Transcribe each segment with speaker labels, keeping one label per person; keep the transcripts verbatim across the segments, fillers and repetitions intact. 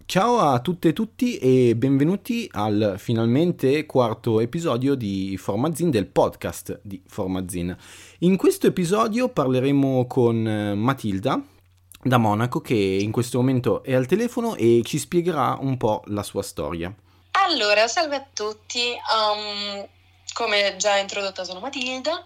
Speaker 1: Ciao a tutte e tutti e benvenuti al finalmente quarto episodio di Formazin, del podcast di Formazin. In questo episodio parleremo con eh, Matilda da Monaco, che in questo momento è al telefono e ci spiegherà un po' la sua storia.
Speaker 2: Allora, salve a tutti. Um, come già introdotta sono Matilda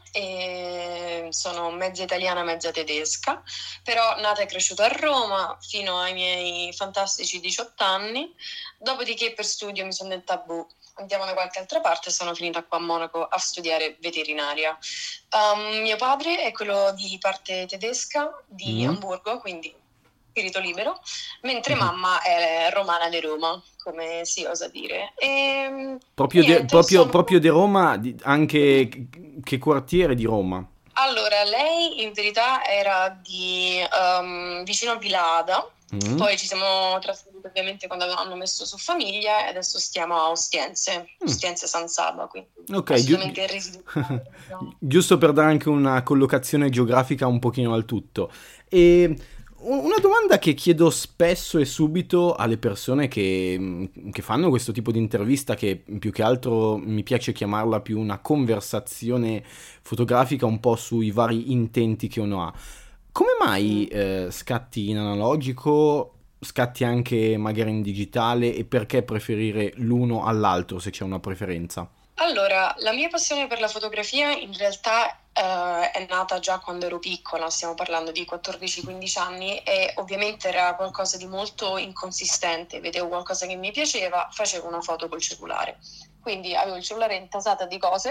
Speaker 2: e sono mezza italiana, mezza tedesca, però nata e cresciuta a Roma fino ai miei fantastici diciotto anni, dopodiché per studio mi sono detta boh, andiamo da qualche altra parte e sono finita qua a Monaco a studiare veterinaria. Um, mio padre è quello di parte tedesca di
Speaker 1: Mm.
Speaker 2: Amburgo, quindi spirito libero, mentre mamma è romana di Roma, come si osa dire. E
Speaker 1: Proprio, de,
Speaker 2: niente,
Speaker 1: proprio,
Speaker 2: sono...
Speaker 1: proprio di Roma, di- anche che quartiere di Roma?
Speaker 2: Allora, lei in verità era di um, vicino a Vilada,
Speaker 1: Mm.
Speaker 2: poi ci siamo trasferiti ovviamente quando hanno messo su famiglia e adesso stiamo a Ostiense,
Speaker 1: Mm.
Speaker 2: Ostiense San Saba, quindi
Speaker 1: Ok, giu-
Speaker 2: assolutamente residenziale.
Speaker 1: giusto per dare anche una collocazione geografica un pochino al tutto. E una domanda che chiedo spesso e subito alle persone che, che fanno questo tipo di intervista, che più che altro mi piace chiamarla più una conversazione fotografica un po' sui vari intenti che uno ha. Come mai eh, scatti in analogico, scatti anche magari in digitale, e perché preferire l'uno all'altro se c'è una preferenza?
Speaker 2: Allora, la mia passione per la fotografia in realtà eh, è nata già quando ero piccola, stiamo parlando di quattordici quindici anni e ovviamente era qualcosa di molto inconsistente, vedevo qualcosa che mi piaceva, facevo una foto col cellulare. Quindi avevo il cellulare intasato di cose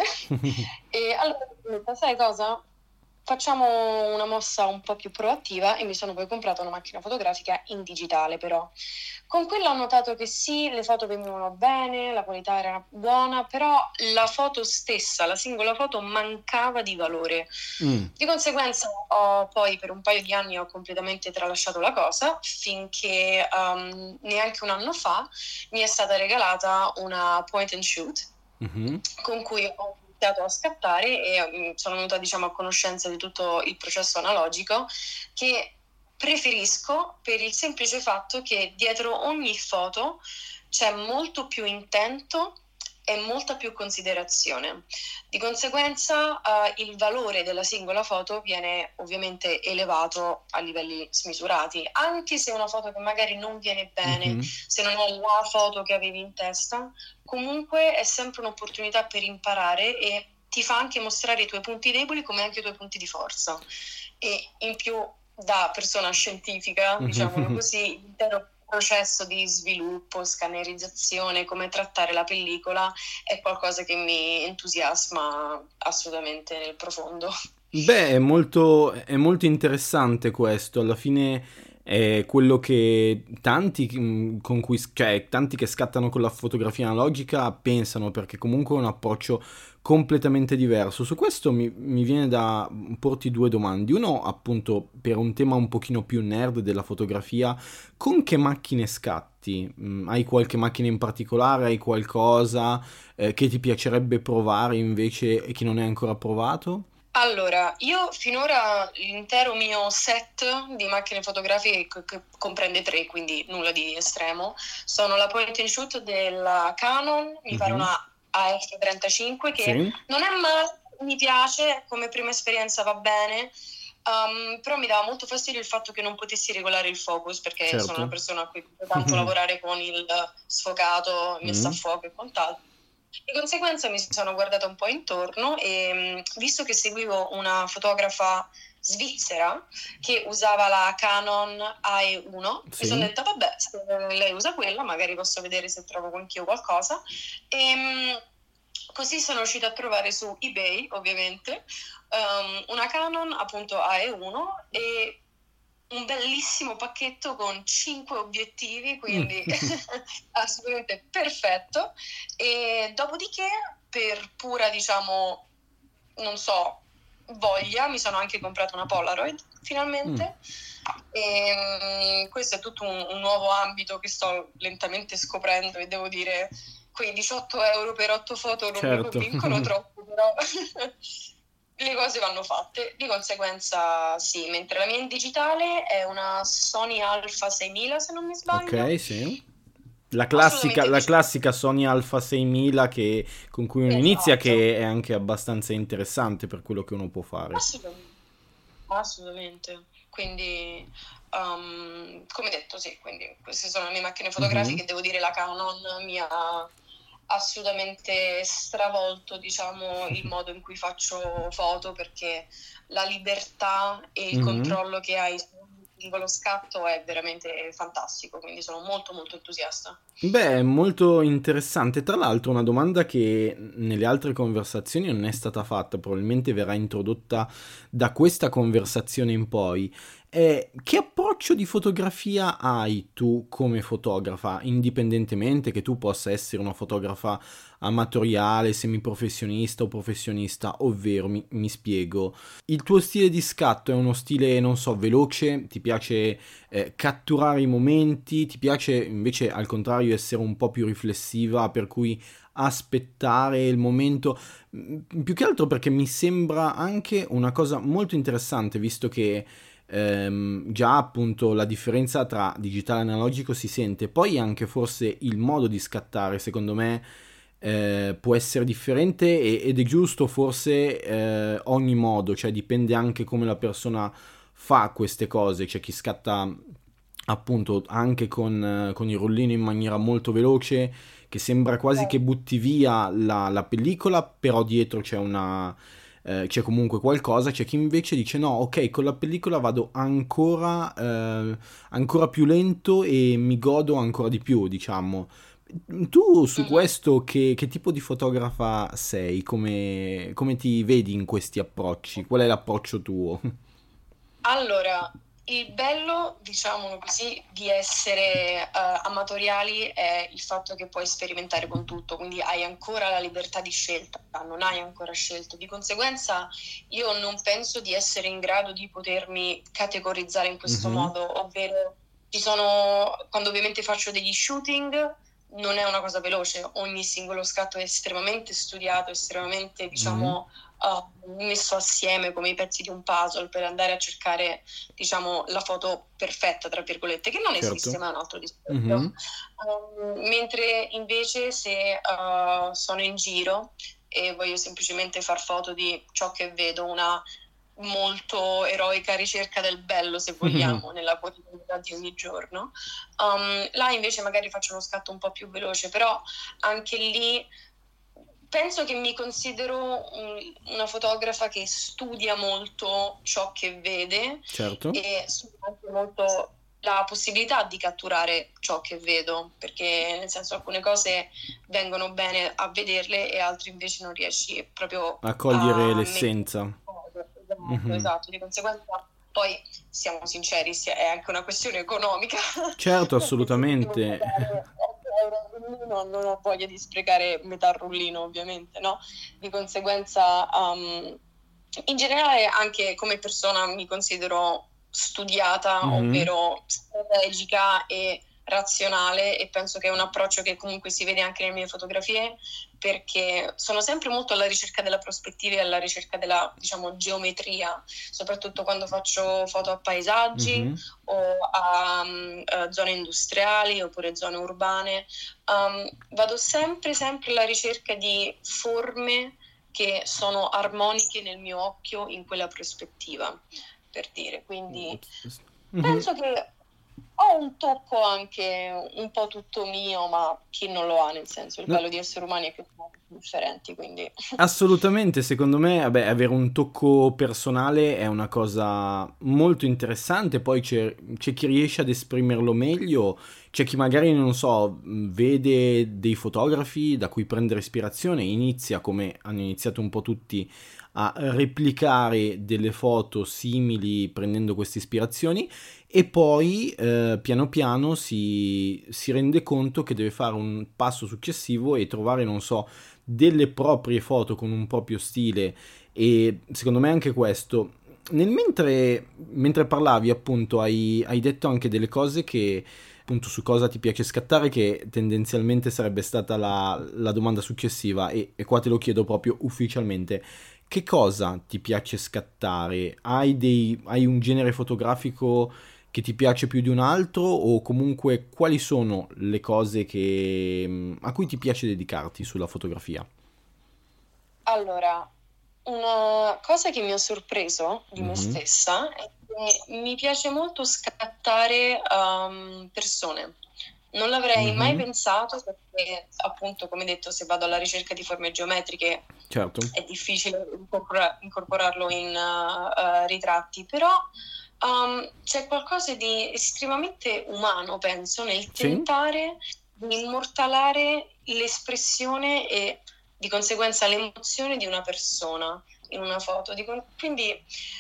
Speaker 2: e allora ho detto, sai cosa? Facciamo una mossa un po' più proattiva e mi sono poi comprata una macchina fotografica in digitale però. Con quella ho notato che sì, le foto venivano bene, la qualità era buona, però la foto stessa, la singola foto mancava di valore.
Speaker 1: Mm.
Speaker 2: Di conseguenza ho poi per un paio di anni ho completamente tralasciato la cosa finché um, neanche un anno fa mi è stata regalata una point and shoot
Speaker 1: Mhm.
Speaker 2: con cui ho iniziato a scattare e mm, sono venuta diciamo a conoscenza di tutto il processo analogico che preferisco per il semplice fatto che dietro ogni foto c'è molto più intento e molta più considerazione. Di conseguenza eh, il valore della singola foto viene ovviamente elevato a livelli smisurati, anche se è una foto che magari non viene bene,
Speaker 1: Mhm.
Speaker 2: se non è la foto che avevi in testa, comunque è sempre un'opportunità per imparare e ti fa anche mostrare i tuoi punti deboli come anche i tuoi punti di forza. E in più, da persona scientifica, diciamolo
Speaker 1: Mhm.
Speaker 2: così, l'intero processo di sviluppo, scannerizzazione, come trattare la pellicola è qualcosa che mi entusiasma assolutamente nel profondo.
Speaker 1: Beh, è molto, è molto interessante questo. Alla fine è quello che tanti mm, con cui, cioè, tanti che scattano con la fotografia analogica pensano, perché comunque è un approccio completamente diverso. Su questo mi, mi viene da porti due domande. Uno, appunto, per un tema un pochino più nerd della fotografia, con che macchine scatti? Mm, hai qualche macchina in particolare? Hai qualcosa eh, che ti piacerebbe provare invece e che non hai ancora provato?
Speaker 2: Allora, io finora l'intero mio set di macchine fotografiche che, che comprende tre, quindi nulla di estremo, sono la point and shoot della Canon, mi pare
Speaker 1: Mhm.
Speaker 2: una A F trentacinque che
Speaker 1: Sì.
Speaker 2: non è male, mi piace, come prima esperienza va bene, um, però mi dava molto fastidio il fatto che non potessi regolare il focus perché sono una
Speaker 1: Certo.
Speaker 2: persona a cui piace tanto lavorare con il sfocato, messa a
Speaker 1: Mm.
Speaker 2: fuoco e quant'altro. Di conseguenza mi sono guardata un po' intorno e mh, visto che seguivo una fotografa svizzera che usava la Canon A E uno, mi sono
Speaker 1: Sì.
Speaker 2: detta vabbè, se lei usa quella magari posso vedere se trovo anch'io qualcosa e mh, così sono riuscita a trovare su eBay ovviamente um, una Canon appunto A E uno e un bellissimo pacchetto con cinque obiettivi, quindi assolutamente perfetto. E dopodiché, per pura, diciamo, non so, voglia, mi sono anche comprata una Polaroid, finalmente. E, um, questo è tutto un, un nuovo ambito che sto lentamente scoprendo e devo dire, quei diciotto euro per otto foto non mi
Speaker 1: Certo.
Speaker 2: convincono troppo, però le cose vanno fatte. Di conseguenza sì, mentre la mia in digitale è una Sony Alpha seimila se non mi sbaglio.
Speaker 1: Ok, sì. La classica,
Speaker 2: Assolutamente
Speaker 1: la
Speaker 2: vicino.
Speaker 1: classica Sony Alpha seimila che, con cui uno inizia,
Speaker 2: Esatto,
Speaker 1: che è anche abbastanza interessante per quello che uno può fare.
Speaker 2: assolutamente. Assolutamente. Quindi, um, come detto, sì, quindi queste sono le mie macchine
Speaker 1: Mhm.
Speaker 2: fotografiche. Devo dire, la Canon mi ha assolutamente stravolto, diciamo, il modo in cui faccio foto, perché la libertà e il
Speaker 1: Mhm.
Speaker 2: controllo che hai su un singolo scatto è veramente fantastico, quindi sono molto molto entusiasta.
Speaker 1: Beh, è molto interessante. Tra l'altro, una domanda che nelle altre conversazioni non è stata fatta, probabilmente verrà introdotta da questa conversazione in poi. È che approccio di fotografia hai tu come fotografa, indipendentemente che tu possa essere una fotografa amatoriale, semiprofessionista o professionista, ovvero, mi, mi spiego, il tuo stile di scatto è uno stile, non so, veloce, ti piace eh, catturare i momenti, ti piace invece al contrario essere un po' più riflessiva, per cui aspettare il momento, mm, più che altro perché mi sembra anche una cosa molto interessante, visto che ehm, già appunto la differenza tra digitale e analogico si sente, poi anche forse il modo di scattare, secondo me eh, può essere differente e- ed è giusto forse eh, ogni modo, cioè dipende anche come la persona fa queste cose, c'è chi scatta appunto anche con, eh, con il rollino in maniera molto veloce, che sembra quasi che butti via la, la pellicola, però dietro c'è una... eh, c'è comunque qualcosa, c'è chi invece dice no, ok, con la pellicola vado ancora, eh, ancora più lento e mi godo ancora di più, diciamo. Tu su
Speaker 2: Mhm.
Speaker 1: questo che, che tipo di fotografa sei? Come, come ti vedi in questi approcci? Qual è l'approccio tuo?
Speaker 2: Allora, il bello, diciamolo così, di essere eh, amatoriali è il fatto che puoi sperimentare con tutto, quindi hai ancora la libertà di scelta, non hai ancora scelto. Di conseguenza, io non penso di essere in grado di potermi categorizzare in questo
Speaker 1: Mhm,
Speaker 2: modo, ovvero ci sono, quando ovviamente faccio degli shooting, non è una cosa veloce, ogni singolo scatto è estremamente studiato, estremamente,
Speaker 1: mhm,
Speaker 2: diciamo, uh, messo assieme come i pezzi di un puzzle per andare a cercare, diciamo, la foto perfetta, tra virgolette, che non esiste,
Speaker 1: certo.
Speaker 2: ma è un altro discorso.
Speaker 1: Mhm,
Speaker 2: Um, mentre invece se uh, sono in giro e voglio semplicemente far foto di ciò che vedo, una molto eroica ricerca del bello, se
Speaker 1: mhm,
Speaker 2: vogliamo, nella quotidianità di ogni giorno. Um, là invece magari faccio uno scatto un po' più veloce, però anche lì penso che mi considero un- una fotografa che studia molto ciò che vede
Speaker 1: certo.
Speaker 2: e studia anche molto la possibilità di catturare ciò che vedo, perché nel senso alcune cose vengono bene a vederle e altre invece non riesci proprio
Speaker 1: A cogliere
Speaker 2: a mettere
Speaker 1: l'essenza.
Speaker 2: in modo. Esatto,
Speaker 1: Mhm.
Speaker 2: esatto. Di conseguenza, poi siamo sinceri, sia- è anche una questione economica,
Speaker 1: Certo,
Speaker 2: perché se devo
Speaker 1: assolutamente.
Speaker 2: pagare otto euro a rullino, non ho voglia di sprecare metà rullino, ovviamente, no? Di conseguenza, um, in generale, anche come persona mi considero studiata,
Speaker 1: Mhm,
Speaker 2: ovvero strategica e razionale, e penso che è un approccio che comunque si vede anche nelle mie fotografie, perché sono sempre molto alla ricerca della prospettiva e alla ricerca della, diciamo, geometria, soprattutto quando faccio foto a paesaggi
Speaker 1: mhm,
Speaker 2: o a um, eh, zone industriali oppure zone urbane. Um, vado sempre, sempre alla ricerca di forme che sono armoniche nel mio occhio in quella prospettiva, per dire. Quindi
Speaker 1: mhm.
Speaker 2: penso che ho un tocco anche un po' tutto mio, ma chi non lo ha, nel senso, il
Speaker 1: No,
Speaker 2: bello di essere umani è che siamo differenti, quindi...
Speaker 1: assolutamente, secondo me, vabbè, avere un tocco personale è una cosa molto interessante, poi c'è, c'è chi riesce ad esprimerlo meglio, c'è chi magari, non so, mh, vede dei fotografi da cui prendere ispirazione, inizia, come hanno iniziato un po' tutti, a replicare delle foto simili prendendo queste ispirazioni e poi eh, piano piano si, si rende conto che deve fare un passo successivo e trovare, non so, delle proprie foto con un proprio stile e secondo me anche questo. Nel mentre, mentre parlavi appunto hai, hai detto anche delle cose che appunto su cosa ti piace scattare che tendenzialmente sarebbe stata la, la domanda successiva e, e qua te lo chiedo proprio ufficialmente. Che cosa ti piace scattare? Hai, dei, hai un genere fotografico che ti piace più di un altro, o comunque quali sono le cose che, a cui ti piace dedicarti sulla fotografia?
Speaker 2: Allora, una cosa che mi ha sorpreso di me
Speaker 1: Mhm.
Speaker 2: stessa è che mi piace molto scattare um, persone. Non l'avrei mai
Speaker 1: Mhm.
Speaker 2: pensato perché, appunto, come detto, se vado alla ricerca di forme geometriche
Speaker 1: Certo.
Speaker 2: è difficile incorpora- incorporarlo in uh, uh, ritratti, però um, c'è qualcosa di estremamente umano, penso, nel
Speaker 1: Sì?
Speaker 2: tentare di immortalare l'espressione e di conseguenza l'emozione di una persona in una foto. Di con- quindi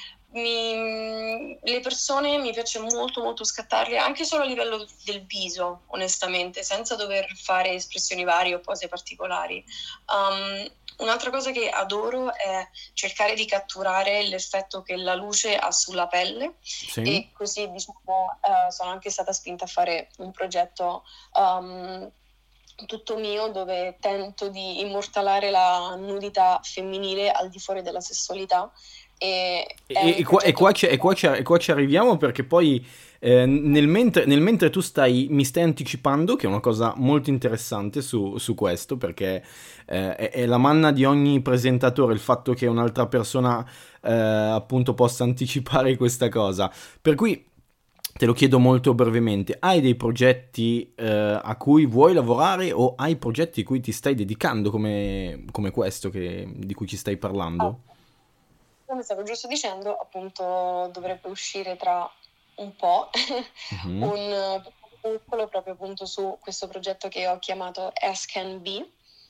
Speaker 2: mi- le persone mi piace molto molto scattarle anche solo a livello del viso, onestamente, senza dover fare espressioni varie o pose particolari. Um, un'altra cosa che adoro è cercare di catturare l'effetto che la luce ha sulla pelle,
Speaker 1: Sì?
Speaker 2: e così diciamo eh, sono anche stata spinta a fare un progetto um, tutto mio dove tento di immortalare la nudità femminile al di fuori della sessualità, e è
Speaker 1: E,
Speaker 2: un
Speaker 1: e qua, e
Speaker 2: progetto
Speaker 1: qua
Speaker 2: che
Speaker 1: ci, e qua ci- e qua ci arriviamo perché poi eh, nel, mentre, nel mentre tu stai, mi stai anticipando, che è una cosa molto interessante su, su questo, perché eh, è, è la manna di ogni presentatore il fatto che un'altra persona eh, appunto possa anticipare questa cosa. Per cui te lo chiedo molto brevemente, hai dei progetti eh, a cui vuoi lavorare, o hai progetti a cui ti stai dedicando come, come questo che- di cui ci stai
Speaker 2: ah,
Speaker 1: parlando?
Speaker 2: come stavo giusto dicendo, appunto dovrebbe uscire tra un po'
Speaker 1: Mhm.
Speaker 2: un piccolo proprio appunto su questo progetto che ho chiamato As Can Be.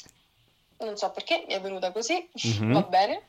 Speaker 2: Non so perché mi è venuta così, va
Speaker 1: Mhm.
Speaker 2: bene.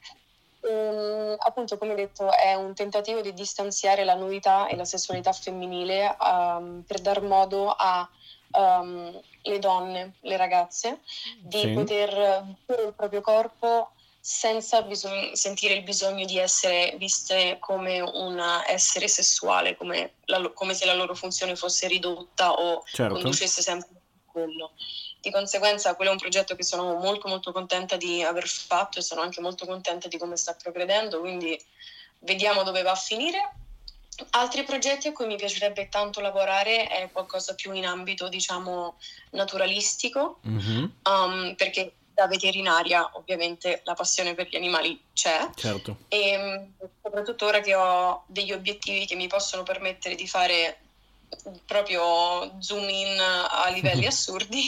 Speaker 2: Ehm, appunto, come detto, è un tentativo di distanziare la nudità e la sessualità femminile, ehm, per dar modo a ehm, le donne, le ragazze, di
Speaker 1: Sì.
Speaker 2: poter vedere il proprio corpo senza bisog- sentire il bisogno di essere viste come un essere sessuale, come, la lo- come se la loro funzione fosse ridotta o
Speaker 1: Certo.
Speaker 2: conducesse sempre a quello. Di conseguenza, quello è un progetto che sono molto molto contenta di aver fatto, e sono anche molto contenta di come sta progredendo, quindi vediamo dove va a finire. Altri progetti a cui mi piacerebbe tanto lavorare è qualcosa più in ambito, diciamo, naturalistico,
Speaker 1: Mhm.
Speaker 2: um, perché da veterinaria ovviamente la passione per gli animali c'è,
Speaker 1: Certo.
Speaker 2: e um, soprattutto ora che ho degli obiettivi che mi possono permettere di fare proprio zoom in a livelli assurdi,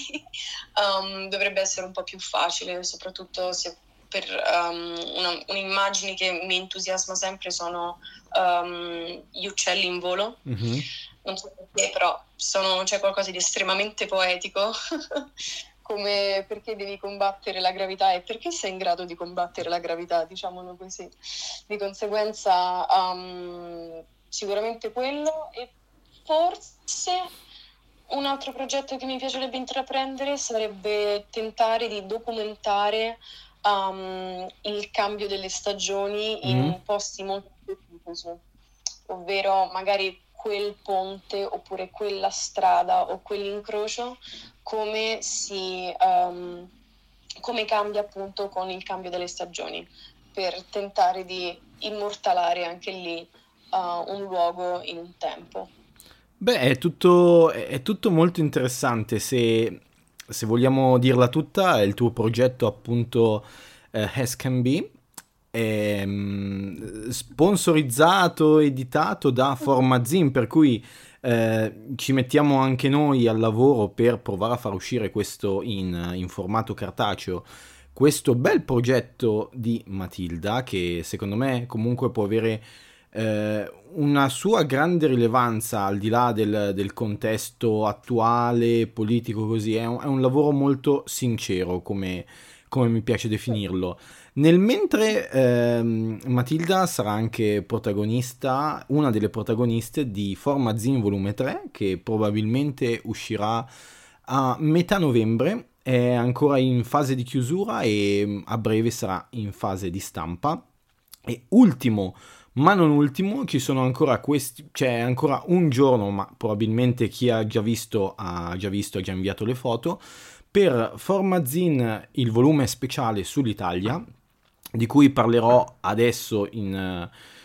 Speaker 2: um, dovrebbe essere un po' più facile, soprattutto se per um, una, un'immagine che mi entusiasma sempre sono um, gli uccelli in volo.
Speaker 1: Mhm.
Speaker 2: Non so perché, però sono, c'è qualcosa di estremamente poetico, come perché devi combattere la gravità e perché sei in grado di combattere la gravità, diciamolo così. Di conseguenza, um, sicuramente quello, e forse un altro progetto che mi piacerebbe intraprendere sarebbe tentare di documentare um, il cambio delle stagioni
Speaker 1: Mhm.
Speaker 2: in posti molto precisi, ovvero magari quel ponte oppure quella strada o quell'incrocio, come si um, come cambia appunto con il cambio delle stagioni, per tentare di immortalare anche lì uh, un luogo in un tempo.
Speaker 1: Beh, è tutto, è tutto molto interessante. Se, se vogliamo dirla tutta, è il tuo progetto appunto eh, As Can Be, è mm, sponsorizzato, editato da Formazin, per cui eh, ci mettiamo anche noi al lavoro per provare a far uscire questo in, in formato cartaceo. Questo bel progetto di Matilda, che secondo me comunque può avere eh, una sua grande rilevanza al di là del, del contesto attuale, politico, così. È un, è un lavoro molto sincero, come, come mi piace definirlo. Nel mentre ehm, Matilda sarà anche protagonista, una delle protagoniste di Formazine Volume tre, che probabilmente uscirà a metà novembre. È ancora in fase di chiusura e a breve sarà in fase di stampa. E ultimo, ma non ultimo, ci sono ancora questi, c'è ancora un giorno, ma probabilmente chi ha già visto ha già visto, ha già inviato le foto, per Formazine il volume speciale sull'Italia, di cui parlerò adesso in,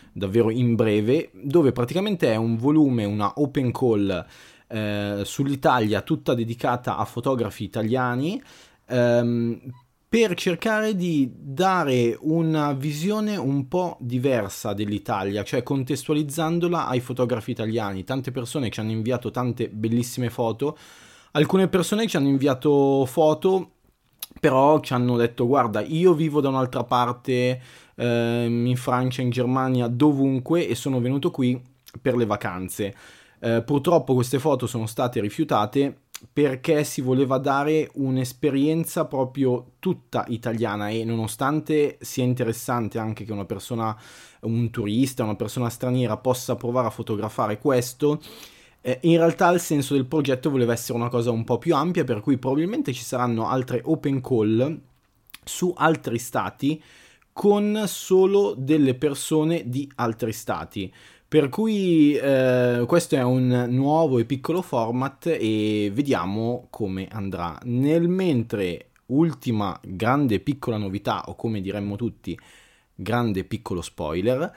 Speaker 1: davvero in breve, dove praticamente è un volume, una open call eh, sull'Italia tutta dedicata a fotografi italiani, ehm, per cercare di dare una visione un po' diversa dell'Italia, cioè contestualizzandola ai fotografi italiani. Tante persone ci hanno inviato tante bellissime foto, alcune persone ci hanno inviato foto, però ci hanno detto: guarda, io vivo da un'altra parte, ehm, in Francia, in Germania, dovunque, e sono venuto qui per le vacanze. Eh, purtroppo queste foto sono state rifiutate perché si voleva dare un'esperienza proprio tutta italiana, e nonostante sia interessante anche che una persona, un turista, una persona straniera possa provare a fotografare questo, eh, in realtà il senso del progetto voleva essere una cosa un po' più ampia, per cui probabilmente ci saranno altre open call su altri stati con solo delle persone di altri stati. Per cui eh, questo è un nuovo e piccolo format e vediamo come andrà. Nel mentre, ultima grande piccola novità, o come diremmo tutti, grande piccolo spoiler,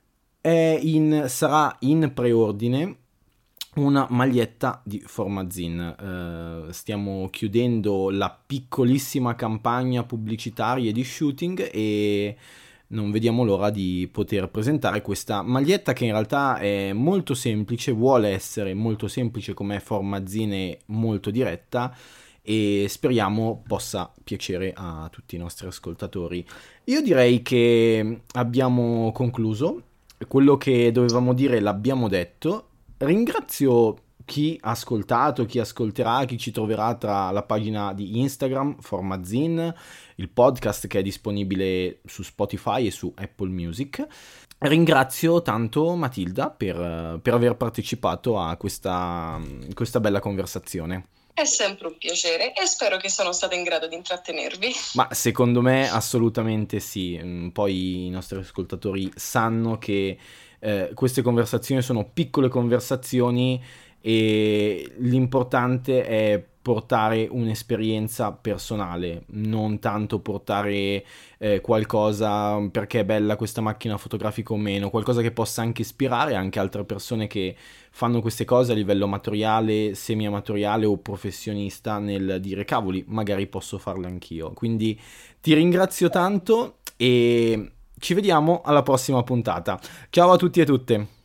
Speaker 1: è in, sarà in preordine una maglietta di Formazine. Uh, stiamo chiudendo la piccolissima campagna pubblicitaria di shooting e non vediamo l'ora di poter presentare questa maglietta, che in realtà è molto semplice, vuole essere molto semplice come Formazine, molto diretta, e speriamo possa piacere a tutti i nostri ascoltatori. Io direi che abbiamo concluso, quello che dovevamo dire l'abbiamo detto. Ringrazio chi ha ascoltato, chi ascolterà, chi ci troverà tra la pagina di Instagram Formazine, il podcast che è disponibile su Spotify e su Apple Music. Ringrazio tanto Matilda per, per aver partecipato a questa, questa bella conversazione.
Speaker 2: È sempre un piacere e spero che sono stata in grado di intrattenervi.
Speaker 1: Ma secondo me assolutamente sì. Poi i nostri ascoltatori sanno che eh, queste conversazioni sono piccole conversazioni e l'importante è portare un'esperienza personale, non tanto portare eh, qualcosa perché è bella questa macchina fotografica o meno, qualcosa che possa anche ispirare anche altre persone che fanno queste cose a livello amatoriale, semi-amatoriale o professionista, nel dire cavoli, magari posso farle anch'io. Quindi ti ringrazio tanto e ci vediamo alla prossima puntata. Ciao a tutti e tutte!